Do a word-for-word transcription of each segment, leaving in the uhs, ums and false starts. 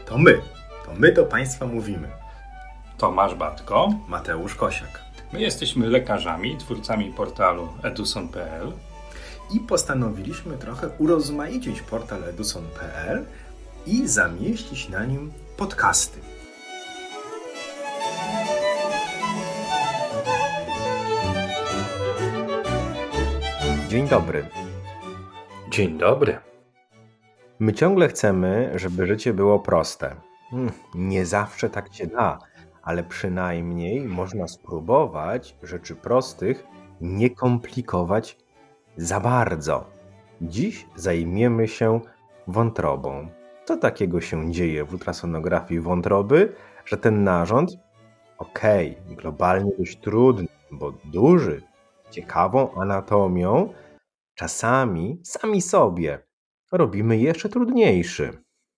To my, to my do Państwa mówimy. Tomasz Batko, Mateusz Kosiak. My jesteśmy lekarzami, twórcami portalu edusson kropka p l i postanowiliśmy trochę urozmaicić portal edusson kropka p l i zamieścić na nim podcasty. Dzień dobry. Dzień dobry. My ciągle chcemy, żeby życie było proste. Hmm, nie zawsze tak się da, ale przynajmniej można spróbować rzeczy prostych nie komplikować za bardzo. Dziś zajmiemy się wątrobą. Co takiego się dzieje w ultrasonografii wątroby, że ten narząd, okej, okay, globalnie dość trudny, bo duży, ciekawą anatomią, czasami sami sobie robimy jeszcze trudniejszy.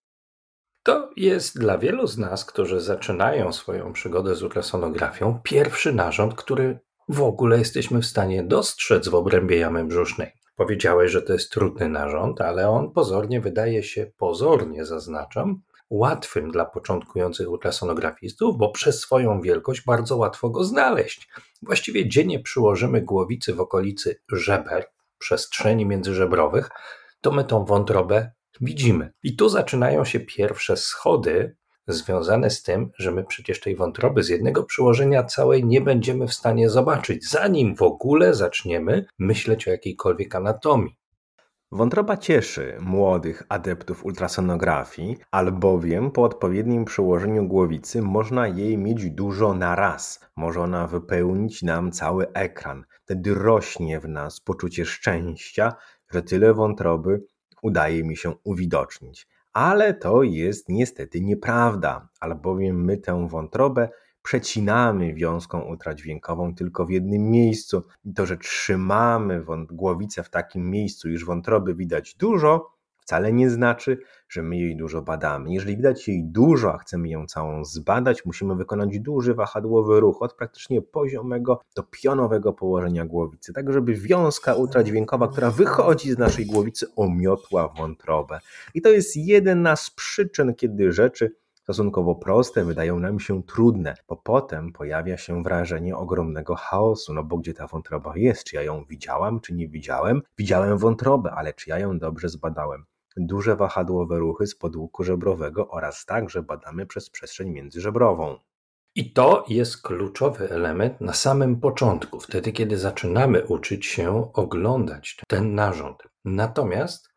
To jest dla wielu z nas, którzy zaczynają swoją przygodę z ultrasonografią, pierwszy narząd, który w ogóle jesteśmy w stanie dostrzec w obrębie jamy brzusznej. Powiedziałeś, że to jest trudny narząd, ale on pozornie wydaje się, pozornie zaznaczam, łatwym dla początkujących ultrasonografistów, bo przez swoją wielkość bardzo łatwo go znaleźć. Właściwie gdzie nie przyłożymy głowicy w okolicy żeber, przestrzeni międzyżebrowych, to my tą wątrobę widzimy. I tu zaczynają się pierwsze schody związane z tym, że my przecież tej wątroby z jednego przyłożenia całej nie będziemy w stanie zobaczyć, zanim w ogóle zaczniemy myśleć o jakiejkolwiek anatomii. Wątroba cieszy młodych adeptów ultrasonografii, albowiem po odpowiednim przyłożeniu głowicy można jej mieć dużo na raz. Może ona wypełnić nam cały ekran. Wtedy rośnie w nas poczucie szczęścia, że tyle wątroby udaje mi się uwidocznić. Ale to jest niestety nieprawda, albowiem my tę wątrobę przecinamy wiązką ultradźwiękową tylko w jednym miejscu. I to, że trzymamy głowicę w takim miejscu, iż wątroby widać dużo, wcale nie znaczy, że my jej dużo badamy. Jeżeli widać jej dużo, a chcemy ją całą zbadać, musimy wykonać duży wahadłowy ruch od praktycznie poziomego do pionowego położenia głowicy, tak żeby wiązka ultradźwiękowa, która wychodzi z naszej głowicy, omiotła wątrobę. I to jest jedna z przyczyn, kiedy rzeczy stosunkowo proste wydają nam się trudne, bo potem pojawia się wrażenie ogromnego chaosu, no bo gdzie ta wątroba jest? Czy ja ją widziałam, czy nie widziałem? Widziałem wątrobę, ale czy ja ją dobrze zbadałem? Duże wahadłowe ruchy z podłuku żebrowego oraz także badamy przez przestrzeń międzyżebrową. I to jest kluczowy element na samym początku, wtedy kiedy zaczynamy uczyć się oglądać ten narząd. Natomiast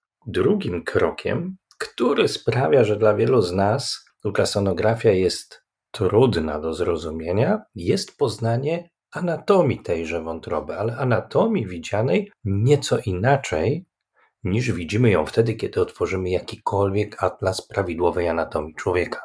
drugim krokiem, który sprawia, że dla wielu z nas ultrasonografia jest trudna do zrozumienia, jest poznanie anatomii tejże wątroby, ale anatomii widzianej nieco inaczej niż widzimy ją wtedy, kiedy otworzymy jakikolwiek atlas prawidłowej anatomii człowieka.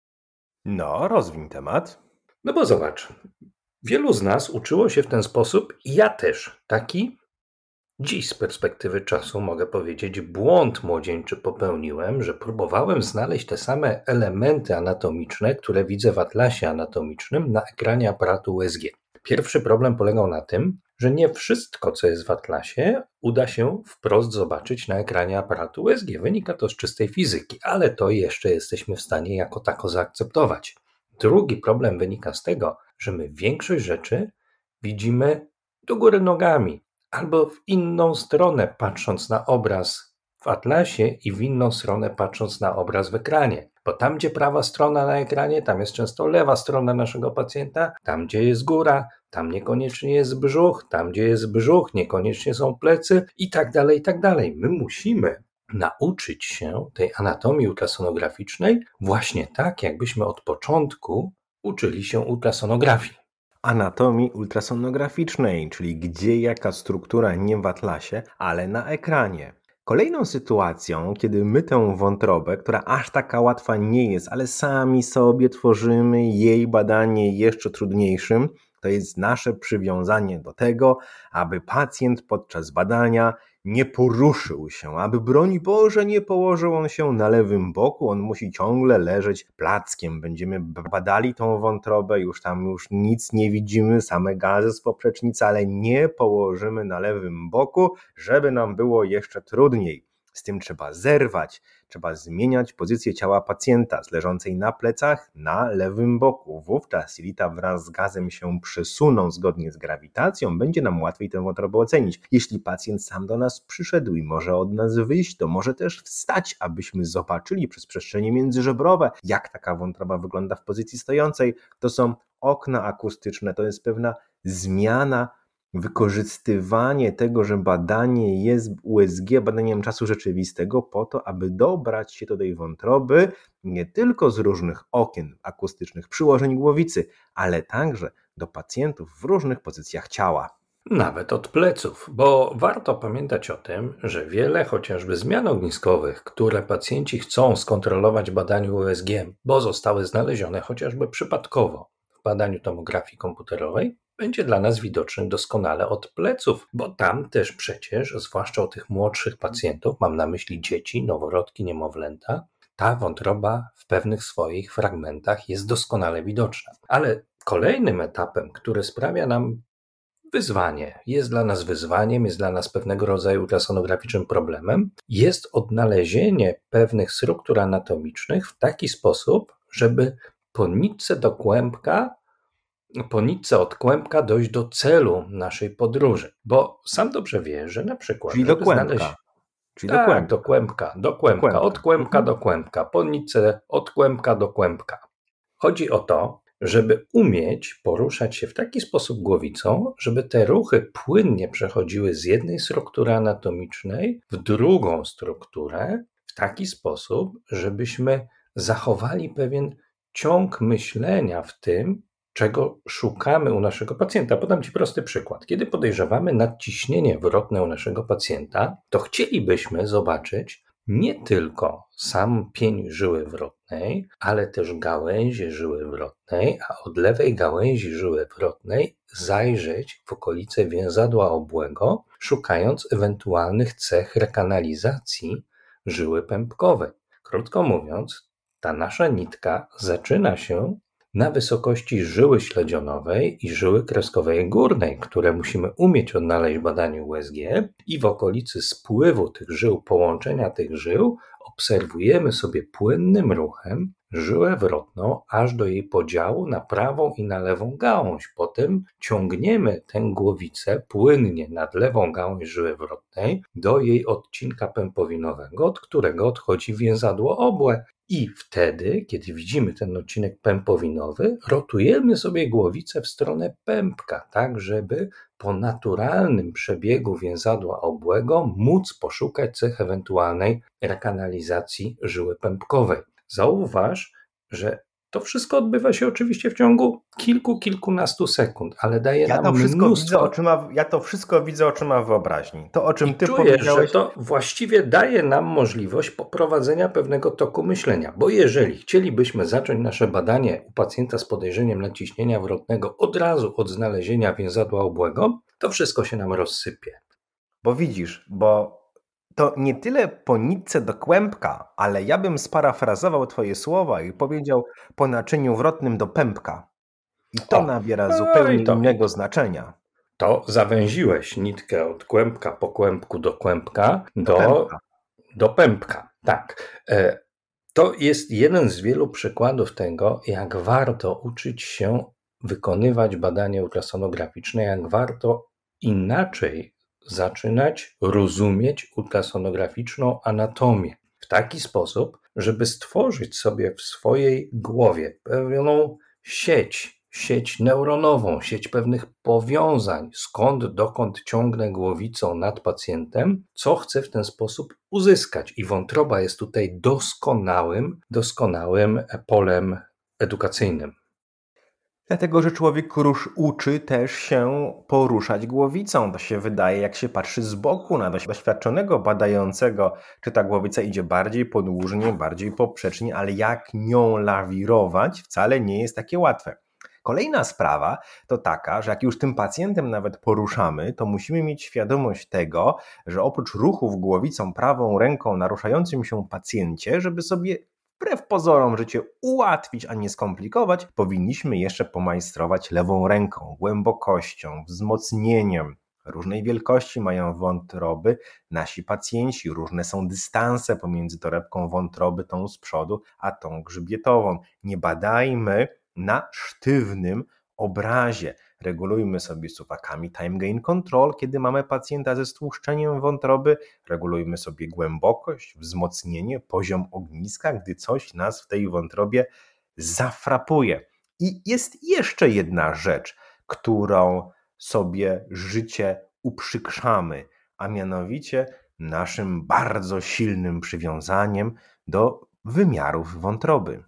No, rozwiń temat. No bo zobacz, wielu z nas uczyło się w ten sposób i ja też taki dziś z perspektywy czasu mogę powiedzieć, błąd młodzieńczy popełniłem, że próbowałem znaleźć te same elementy anatomiczne, które widzę w atlasie anatomicznym na ekranie aparatu U S G. Pierwszy problem polegał na tym, że nie wszystko, co jest w atlasie, uda się wprost zobaczyć na ekranie aparatu U S G. Wynika to z czystej fizyki, ale to jeszcze jesteśmy w stanie jako tako zaakceptować. Drugi problem wynika z tego, że my większość rzeczy widzimy do góry nogami, albo w inną stronę patrząc na obraz w atlasie i w inną stronę patrząc na obraz w ekranie. Bo tam, gdzie prawa strona na ekranie, tam jest często lewa strona naszego pacjenta, tam, gdzie jest góra, tam niekoniecznie jest brzuch, tam, gdzie jest brzuch, niekoniecznie są plecy i tak dalej, i tak dalej. My musimy nauczyć się tej anatomii ultrasonograficznej właśnie tak, jakbyśmy od początku uczyli się ultrasonografii. Anatomii ultrasonograficznej, czyli gdzie jaka struktura nie w atlasie, ale na ekranie. Kolejną sytuacją, kiedy my tę wątrobę, która aż taka łatwa nie jest, ale sami sobie tworzymy jej badanie jeszcze trudniejszym, to jest nasze przywiązanie do tego, aby pacjent podczas badania nie poruszył się, aby broń Boże nie położył on się na lewym boku, on musi ciągle leżeć plackiem. Będziemy badali tą wątrobę, już tam już nic nie widzimy, same gazy z poprzecznicy, ale nie położymy na lewym boku, żeby nam było jeszcze trudniej. Z tym trzeba zerwać, trzeba zmieniać pozycję ciała pacjenta z leżącej na plecach na lewym boku. Wówczas jelita wraz z gazem się przesuną zgodnie z grawitacją, będzie nam łatwiej tę wątrobę ocenić. Jeśli pacjent sam do nas przyszedł i może od nas wyjść, to może też wstać, abyśmy zobaczyli przez przestrzenie międzyżebrowe, jak taka wątroba wygląda w pozycji stojącej. To są okna akustyczne, to jest pewna zmiana, wykorzystywanie tego, że badanie jest U S G badaniem czasu rzeczywistego po to, aby dobrać się do tej wątroby nie tylko z różnych okien akustycznych przyłożeń głowicy, ale także do pacjentów w różnych pozycjach ciała. Nawet od pleców, bo warto pamiętać o tym, że wiele chociażby zmian ogniskowych, które pacjenci chcą skontrolować w badaniu U S G, bo zostały znalezione chociażby przypadkowo w badaniu tomografii komputerowej, będzie dla nas widoczny doskonale od pleców, bo tam też przecież, zwłaszcza u tych młodszych pacjentów, mam na myśli dzieci, noworodki, niemowlęta, ta wątroba w pewnych swoich fragmentach jest doskonale widoczna. Ale kolejnym etapem, który sprawia nam wyzwanie, jest dla nas wyzwaniem, jest dla nas pewnego rodzaju ultrasonograficznym problemem, jest odnalezienie pewnych struktur anatomicznych w taki sposób, żeby po nitce do kłębka po nitce od kłębka dojść do celu naszej podróży. Bo sam dobrze wie, że na przykład... Czyli do kłębka. Znaleźć... Czyli tak, do kłębka. do kłębka, do kłębka, do kłębka. od kłębka mhm. do kłębka, po nitce od kłębka do kłębka. Chodzi o to, żeby umieć poruszać się w taki sposób głowicą, żeby te ruchy płynnie przechodziły z jednej struktury anatomicznej w drugą strukturę w taki sposób, żebyśmy zachowali pewien ciąg myślenia w tym, czego szukamy u naszego pacjenta. Podam Ci prosty przykład. Kiedy podejrzewamy nadciśnienie wrotne u naszego pacjenta, to chcielibyśmy zobaczyć nie tylko sam pień żyły wrotnej, ale też gałęzie żyły wrotnej, a od lewej gałęzi żyły wrotnej zajrzeć w okolice więzadła obłego, szukając ewentualnych cech rekanalizacji żyły pępkowej. Krótko mówiąc, ta nasza nitka zaczyna się na wysokości żyły śledzionowej i żyły kreskowej górnej, które musimy umieć odnaleźć w badaniu U S G, i w okolicy spływu tych żył, połączenia tych żył, obserwujemy sobie płynnym ruchem żyłę wrotną aż do jej podziału na prawą i na lewą gałąź. Potem ciągniemy tę głowicę płynnie nad lewą gałąź żyły wrotnej do jej odcinka pępowinowego, od którego odchodzi więzadło obłe. I wtedy, kiedy widzimy ten odcinek pępowinowy, rotujemy sobie głowicę w stronę pępka, tak żeby po naturalnym przebiegu więzadła obłego móc poszukać cech ewentualnej rekanalizacji żyły pępkowej. Zauważ, że to wszystko odbywa się oczywiście w ciągu kilku, kilkunastu sekund, ale daje ja nam to wszystko mnóstwo... Widzę oczyma, ja to wszystko widzę oczyma wyobraźni. To, o czym I ty czuję, powiedziałeś... że to właściwie daje nam możliwość poprowadzenia pewnego toku myślenia, bo jeżeli chcielibyśmy zacząć nasze badanie u pacjenta z podejrzeniem nadciśnienia wrotnego od razu od znalezienia więzadła obłego, to wszystko się nam rozsypie. Bo widzisz, bo to nie tyle po nitce do kłębka, ale ja bym sparafrazował twoje słowa i powiedział po naczyniu wrotnym do pępka. I to o, nabiera zupełnie no to, innego znaczenia. To zawęziłeś nitkę od kłębka po kłębku do kłębka do, do, pępka. do pępka. Tak. To jest jeden z wielu przykładów tego, jak warto uczyć się wykonywać badanie ultrasonograficzne, jak warto inaczej zaczynać rozumieć ultrasonograficzną anatomię w taki sposób, żeby stworzyć sobie w swojej głowie pewną sieć, sieć neuronową, sieć pewnych powiązań, skąd dokąd ciągnę głowicą nad pacjentem, co chcę w ten sposób uzyskać. I wątroba jest tutaj doskonałym, doskonałym polem edukacyjnym. Dlatego, że człowiek rusz uczy też się poruszać głowicą. To się wydaje, jak się patrzy z boku na doświadczonego badającego, czy ta głowica idzie bardziej podłużnie, bardziej poprzecznie, ale jak nią lawirować wcale nie jest takie łatwe. Kolejna sprawa to taka, że jak już tym pacjentem nawet poruszamy, to musimy mieć świadomość tego, że oprócz ruchów głowicą prawą ręką na ruszającym się pacjencie, żeby sobie wbrew pozorom życie ułatwić, a nie skomplikować, powinniśmy jeszcze pomajstrować lewą ręką, głębokością, wzmocnieniem, Różnej wielkości mają wątroby nasi pacjenci, różne są dystanse pomiędzy torebką wątroby, tą z przodu, a tą grzbietową. Nie badajmy na sztywnym obrazie. Regulujmy sobie suwakami time gain control, kiedy mamy pacjenta ze stłuszczeniem wątroby. Regulujmy sobie głębokość, wzmocnienie, poziom ogniska, gdy coś nas w tej wątrobie zafrapuje. I jest jeszcze jedna rzecz, którą sobie życie uprzykrzamy, a mianowicie naszym bardzo silnym przywiązaniem do wymiarów wątroby.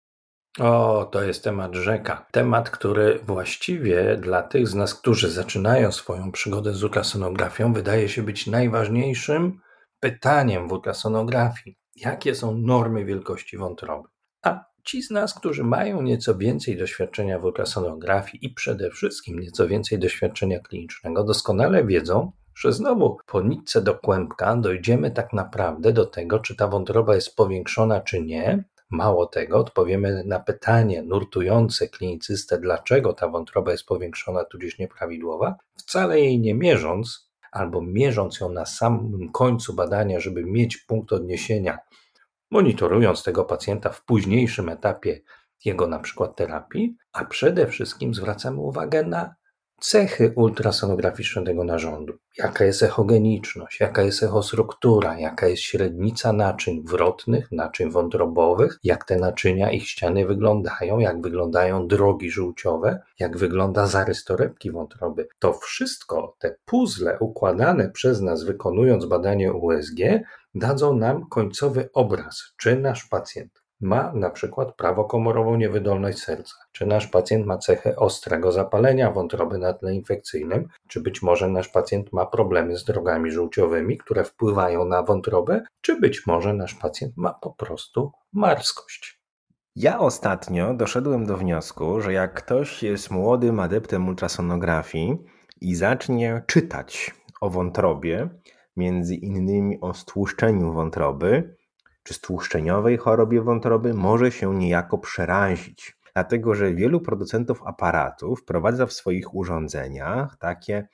O, to jest temat rzeka. Temat, który właściwie dla tych z nas, którzy zaczynają swoją przygodę z ultrasonografią, wydaje się być najważniejszym pytaniem w ultrasonografii. Jakie są normy wielkości wątroby? A ci z nas, którzy mają nieco więcej doświadczenia w ultrasonografii i przede wszystkim nieco więcej doświadczenia klinicznego, doskonale wiedzą, że znowu po nitce do kłębka dojdziemy tak naprawdę do tego, czy ta wątroba jest powiększona, czy nie. Mało tego, odpowiemy na pytanie nurtujące klinicystę, dlaczego ta wątroba jest powiększona, tudzież nieprawidłowa, wcale jej nie mierząc, albo mierząc ją na samym końcu badania, żeby mieć punkt odniesienia, monitorując tego pacjenta w późniejszym etapie jego na przykład terapii, a przede wszystkim zwracamy uwagę na cechy ultrasonograficzne tego narządu. Jaka jest echogeniczność, jaka jest echostruktura, jaka jest średnica naczyń wrotnych, naczyń wątrobowych, jak te naczynia, ich ściany wyglądają, jak wyglądają drogi żółciowe, jak wygląda zarys torebki wątroby. To wszystko, te puzzle układane przez nas wykonując badanie U S G, dadzą nam końcowy obraz, czy nasz pacjent ma na przykład prawokomorową niewydolność serca, czy nasz pacjent ma cechę ostrego zapalenia wątroby na tle infekcyjnym, czy być może nasz pacjent ma problemy z drogami żółciowymi, które wpływają na wątrobę, czy być może nasz pacjent ma po prostu marskość. Ja ostatnio doszedłem do wniosku, że jak ktoś jest młodym adeptem ultrasonografii i zacznie czytać o wątrobie, między innymi o stłuszczeniu wątroby, czy stłuszczeniowej chorobie wątroby, może się niejako przerazić. Dlatego, że wielu producentów aparatów wprowadza w swoich urządzeniach takie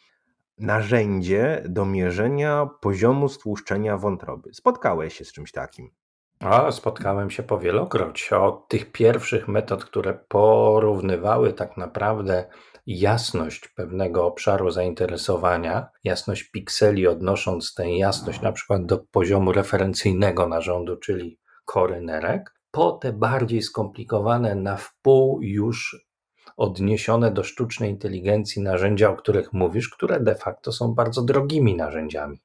narzędzie do mierzenia poziomu stłuszczenia wątroby. Spotkałeś się z czymś takim? A, spotkałem się powielokroć. Od tych pierwszych metod, które porównywały tak naprawdę jasność pewnego obszaru zainteresowania, jasność pikseli, odnosząc tę jasność na przykład do poziomu referencyjnego narządu, czyli kory nerek, po te bardziej skomplikowane, na wpół już odniesione do sztucznej inteligencji narzędzia, o których mówisz, które de facto są bardzo drogimi narzędziami.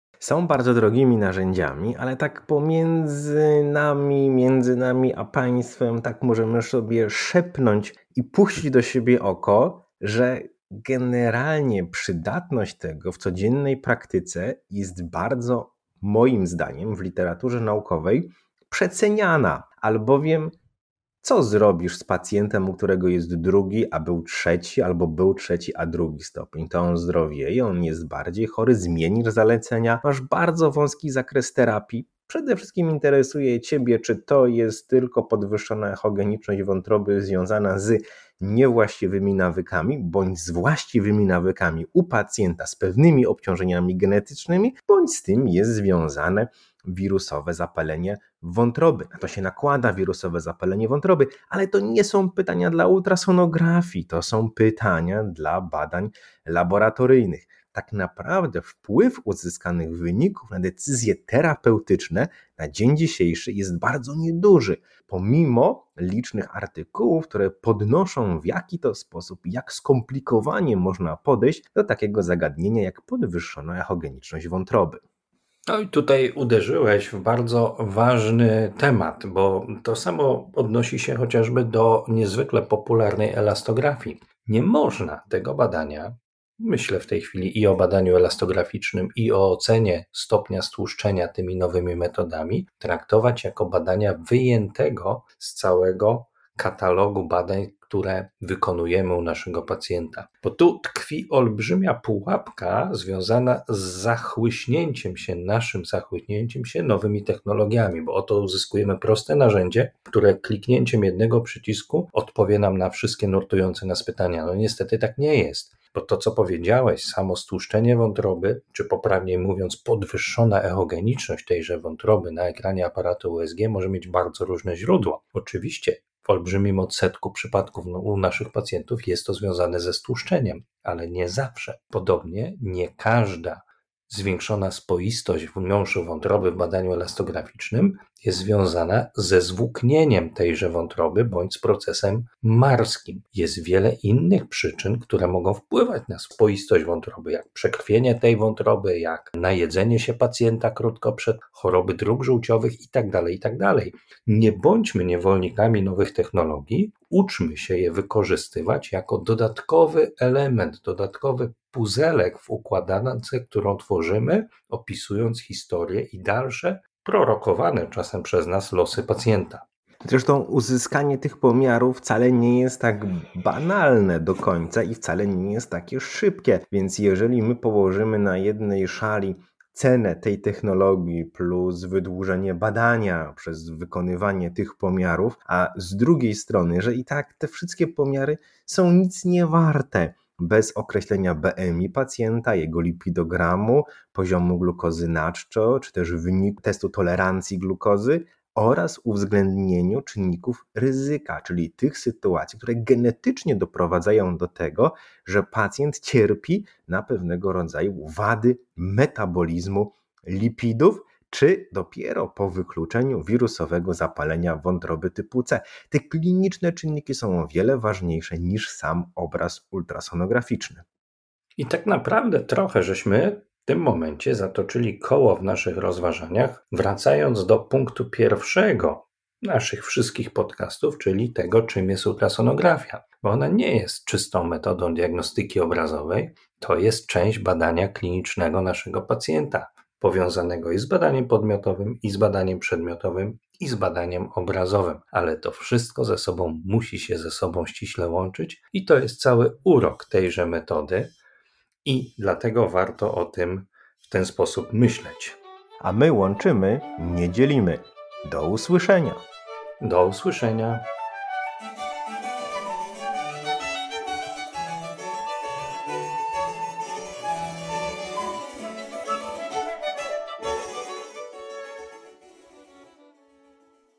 Są bardzo drogimi narzędziami, ale tak pomiędzy nami, między nami a państwem, tak możemy sobie szepnąć i puścić do siebie oko, że generalnie przydatność tego w codziennej praktyce jest bardzo, moim zdaniem, w literaturze naukowej przeceniana, albowiem co zrobisz z pacjentem, u którego jest drugi, a był trzeci, albo był trzeci, a drugi stopień? To on zdrowieje, on jest bardziej chory, zmienisz zalecenia, masz bardzo wąski zakres terapii. Przede wszystkim interesuje Ciebie, czy to jest tylko podwyższona echogeniczność wątroby związana z niewłaściwymi nawykami, bądź z właściwymi nawykami u pacjenta z pewnymi obciążeniami genetycznymi, bądź z tym jest związane wirusowe zapalenie wątroby. Na to się nakłada wirusowe zapalenie wątroby, ale to nie są pytania dla ultrasonografii, to są pytania dla badań laboratoryjnych. Tak naprawdę wpływ uzyskanych wyników na decyzje terapeutyczne na dzień dzisiejszy jest bardzo nieduży, pomimo licznych artykułów, które podnoszą w jaki to sposób, jak skomplikowanie można podejść do takiego zagadnienia jak podwyższona echogeniczność wątroby. No i tutaj uderzyłeś w bardzo ważny temat, bo to samo odnosi się chociażby do niezwykle popularnej elastografii. Nie można tego badania, myślę w tej chwili i o badaniu elastograficznym, i o ocenie stopnia stłuszczenia tymi nowymi metodami, traktować jako badania wyjętego z całego katalogu badań, które wykonujemy u naszego pacjenta. Bo tu tkwi olbrzymia pułapka związana z zachłyśnięciem się, naszym zachłyśnięciem się nowymi technologiami, bo oto uzyskujemy proste narzędzie, które kliknięciem jednego przycisku odpowie nam na wszystkie nurtujące nas pytania. No niestety tak nie jest. Bo to, co powiedziałeś, samo stłuszczenie wątroby, czy poprawniej mówiąc podwyższona echogeniczność tejże wątroby na ekranie aparatu U S G może mieć bardzo różne źródła. Oczywiście w olbrzymim odsetku przypadków no, u naszych pacjentów jest to związane ze stłuszczeniem, ale nie zawsze. Podobnie nie każda zwiększona spoistość wnątrzu wątroby w badaniu elastograficznym jest związana ze zwłóknieniem tejże wątroby bądź z procesem marskim. Jest wiele innych przyczyn, które mogą wpływać na spoistość wątroby, jak przekrwienie tej wątroby, jak najedzenie się pacjenta krótko przed, choroby dróg żółciowych itd., itd. Nie bądźmy niewolnikami nowych technologii, uczmy się je wykorzystywać jako dodatkowy element, dodatkowy puzelek w układance, którą tworzymy, opisując historię i dalsze, prorokowane czasem przez nas losy pacjenta. Zresztą uzyskanie tych pomiarów wcale nie jest tak banalne do końca i wcale nie jest takie szybkie, więc jeżeli my położymy na jednej szali cenę tej technologii plus wydłużenie badania przez wykonywanie tych pomiarów, a z drugiej strony, że i tak te wszystkie pomiary są nic nie warte bez określenia B M I pacjenta, jego lipidogramu, poziomu glukozy na czczo, czy też wyniku testu tolerancji glukozy oraz uwzględnieniu czynników ryzyka, czyli tych sytuacji, które genetycznie doprowadzają do tego, że pacjent cierpi na pewnego rodzaju wady metabolizmu lipidów, czy dopiero po wykluczeniu wirusowego zapalenia wątroby typu C. Te kliniczne czynniki są o wiele ważniejsze niż sam obraz ultrasonograficzny. I tak naprawdę trochę żeśmy w tym momencie zatoczyli koło w naszych rozważaniach, wracając do punktu pierwszego naszych wszystkich podcastów, czyli tego, czym jest ultrasonografia. Bo ona nie jest czystą metodą diagnostyki obrazowej, to jest część badania klinicznego naszego pacjenta, powiązanego i z badaniem podmiotowym, i z badaniem przedmiotowym, i z badaniem obrazowym. Ale to wszystko ze sobą musi się ze sobą ściśle łączyć i to jest cały urok tejże metody i dlatego warto o tym w ten sposób myśleć. A my łączymy, nie dzielimy. Do usłyszenia. Do usłyszenia.